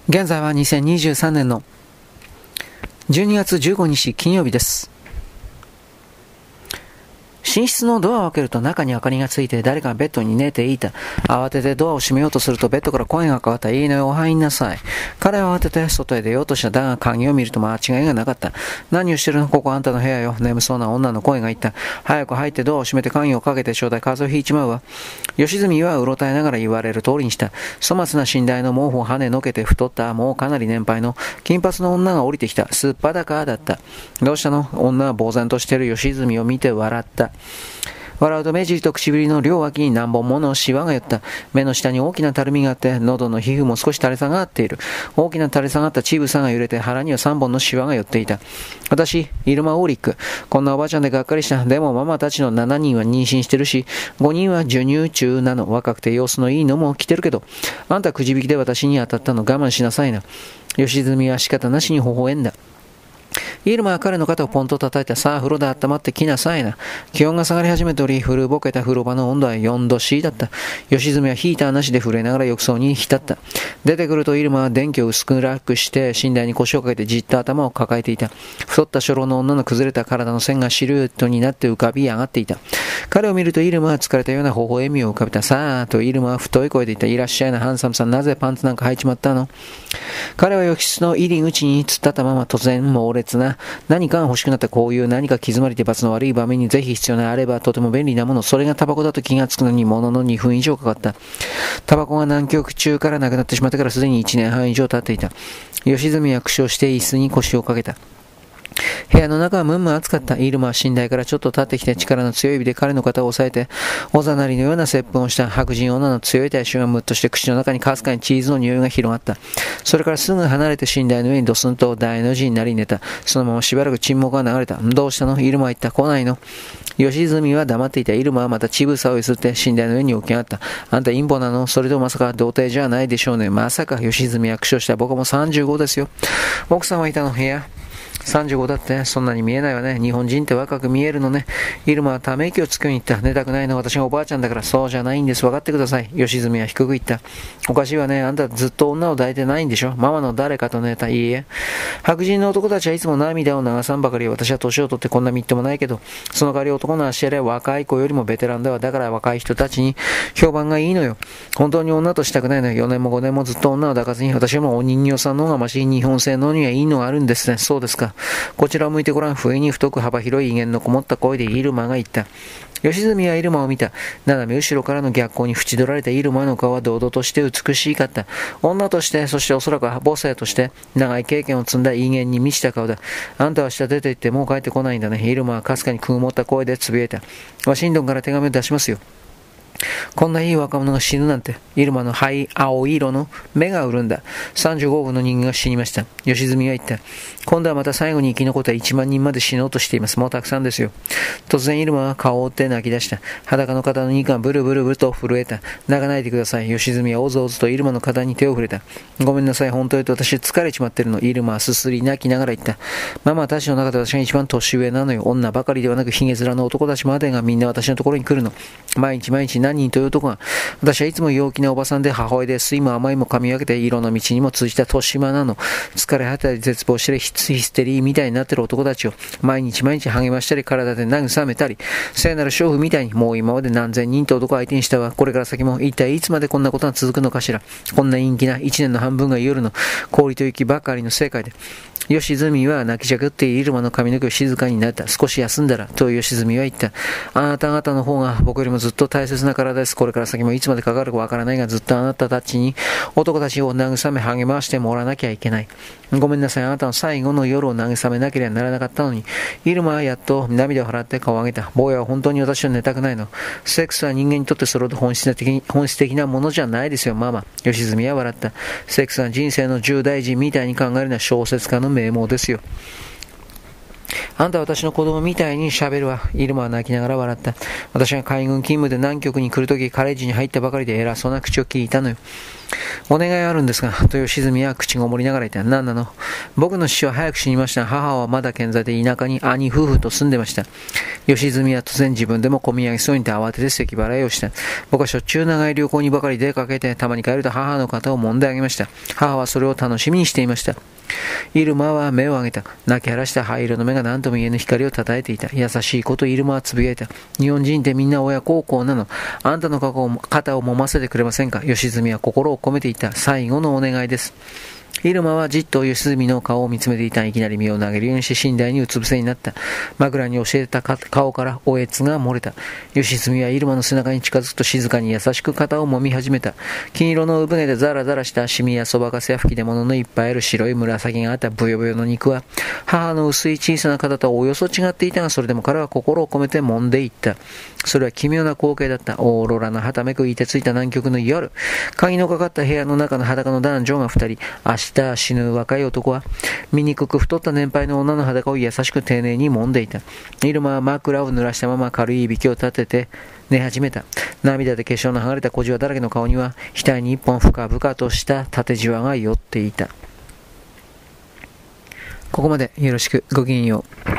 現在は2023年の12月15日金曜日です。寝室のドアを開けると中に明かりがついて誰かがベッドに寝ていた。慌ててドアを閉めようとするとベッドから声が変わった。いいのよ、お入んなさい。彼は慌てて外へ出ようとした。だが鍵を見ると間違いがなかった。何をしてるの？ここあんたの部屋よ。眠そうな女の声が言った。早く入ってドアを閉めて鍵をかけてちょうだい。風邪をひいちまうわ。吉住はうろたえながら言われる通りにした。粗末な寝台の毛布を跳ねのけて太ったもうかなり年配の金髪の女が降りてきた。すっぱだかだった。どうしたの？女は呆然としている吉住を見て笑った。笑うと目尻と唇の両脇に何本ものシワが寄った。目の下に大きなたるみがあって、喉の皮膚も少し垂れ下がっている。大きな垂れ下がった乳房が揺れて、腹には3本のシワが寄っていた。私、イルマ・オーリック。こんなおばあちゃんでがっかりした。でもママたちの7人は妊娠してるし、5人は授乳中なの。若くて様子のいいのも来てるけど、あんたくじ引きで私に当たったの我慢しなさいな。吉住は仕方なしに微笑んだ。イルマは彼の肩をポンと叩いて、さあ風呂で温まってきなさいな。気温が下がり始めており、古ぼけた風呂場の温度は4度 C だった。吉住はヒーターなしで震えながら浴槽に浸った。出てくるとイルマは電気を薄暗くして寝台に腰をかけてじっと頭を抱えていた。太った初老の女の崩れた体の線がシルエットになって浮かび上がっていた。彼を見るとイルマは疲れたような微笑みを浮かべた。さあとイルマは太い声で言った。いらっしゃいなハンサムさん、なぜパンツなんか履いちまったの？彼は浴室の入り口に突っ立ったまま突然猛烈な何かが欲しくなった。こういう何か気詰まりで罰の悪い場面にぜひ必要なあればとても便利なもの、それがタバコだと気がつくのにものの2分以上かかった。タバコが南極中からなくなってしまってからすでに1年半以上経っていた。吉住は苦笑して椅子に腰をかけた。部屋の中はむんむん暑かった。イルマは寝台からちょっと立ってきて力の強い指で彼の肩を押さえておざなりのような接吻をした。白人女の強い体臭がムッとして口の中にかすかにチーズの匂いが広がった。それからすぐ離れて寝台の上にドスンと大の字になり寝た。そのまましばらく沈黙が流れた。どうしたの？イルマは言った。来ないの？吉住は黙っていた。イルマはまた乳房をゆすって寝台の上に起き上がった。あんた陰謀なの？それともまさか童貞じゃないでしょうね。まさか。吉住は苦笑した。僕も35ですよ。奥さんはいたの？部屋35だってそんなに見えないわね。日本人って若く見えるのね。イルマはため息をつくように言った。寝たくないのは私がおばあちゃんだから。そうじゃないんです。分かってください。吉住は低く言った。おかしいわね。あんたずっと女を抱いてないんでしょ？ママの誰かと寝た？いいえ。白人の男たちはいつも涙を流さんばかり。私は年を取ってこんなみっともないけど、その代わり男の足やれは若い子よりもベテランだわ。だから若い人たちに評判がいいのよ。本当に女としたくないのよ。4年も5年もずっと女を抱かずに、私はもうお人形さんの方がまし、日本製のにはいいのがあるんですね。そうですか。こちらを向いてごらん。不意に太く幅広い威厳のこもった声でイルマが言った。吉住はイルマを見た。斜め後ろからの逆光に縁取られたイルマの顔は堂々として美しかった。女として、そしておそらく母性として長い経験を積んだ威厳に満ちた顔だ。あんたは下出て行ってもう帰ってこないんだね。イルマはかすかにくぐもった声でつぶやいた。ワシントンから手紙を出しますよ。こんないい若者が死ぬなんて。イルマの灰青色の目が潤んだ。35億の人間が死にました。吉住は言った。今度はまた最後に生き残った1万人まで死のうとしています。もうたくさんですよ。突然イルマは顔を覆って泣き出した。裸の肩の肉がブルブルブルと震えた。泣かないでください。吉住はおずおずとイルマの肩に手を触れた。ごめんなさい。本当に私疲れちまってるの。イルマはすすり泣きながら言った。ママたちの中で私が一番年上なのよ。女ばかりではなくヒゲ面の男たちまでがみんな私のところに来るの。毎日何人という男が。私はいつも陽気なおばさんで母親で酸いも甘いも噛み分けて色の道にも通じた年間なの。疲れ果てたり絶望してるヒステリーみたいになってる男たちを毎日励ましたり体で慰めたり、聖なる娼婦みたいにもう今まで何千人と男相手にしたわ。これから先も一体いつまでこんなことが続くのかしら。こんな陰気な一年の半分が夜の氷と雪ばかりの世界で。吉住は泣きじゃくってイルマの髪の毛を静かになった。少し休んだらと吉住は言った。あなた方の方が僕よりもずっと大切な体です。これから先もいつまでかかるかわからないが、ずっとあなたたちに男たちを慰め励ましてもらわなきゃいけない。ごめんなさい。あなたの最後の夜を慰めなければならなかったのに。イルマはやっと涙を払って顔を上げた。坊やは本当に私は寝たくないの。セックスは人間にとってそれほど本質的なものじゃないですよ、ママ。吉住は笑った。セックスは人生の重大事みたいに考えるのは小説家の名門ですよ。あんたは私の子供みたいに喋るわ。イルマは泣きながら笑った。私が海軍勤務で南極に来るとき、カレッジに入ったばかりで偉そうな口を聞いたのよ。 お願いあるんですが、と吉住は口ごもりながら言った。何なの？僕の父は早く死にました。母はまだ健在で田舎に兄夫婦と住んでました。吉住は突然自分でも込み上げそうにて慌てて咳払いをした。僕はしょっちゅう長い旅行にばかり出かけて、たまに帰ると母の肩を揉んであげました。母はそれを楽しみにしていました。イルマは目を上げた。泣き晴らした灰色の目が何とも言えぬ光を叩いていた。優しいことイルマはつぶやいた。日本人ってみんな親孝行なの。あんたの肩を揉ませてくれませんか。吉住は心を込めていた。最後のお願いです。イルマはじっと吉住の顔を見つめていた。いきなり身を投げるようにして寝台にうつ伏せになった。枕に教えた顔からおえつが漏れた。吉住はイルマの背中に近づくと静かに優しく肩を揉み始めた。金色の産毛でザラザラしたシミやそばかすや吹き出物のいっぱいある白い紫があったブヨブヨの肉は、母の薄い小さな肩とおよそ違っていたが、それでも彼は心を込めて揉んでいった。それは奇妙な光景だった。オーロラのはためくいてついた南極の夜、鍵のかかった部屋の中の裸の男女が二人、明日死ぬ若い男は醜く太った年配の女の裸を優しく丁寧に揉んでいた。イルマは枕を濡らしたまま軽いいびきを立てて寝始めた。涙で化粧の剥がれた小じわだらけの顔には額に一本深々とした縦じわが寄っていた。ここまでよろしく。ごきげんよう。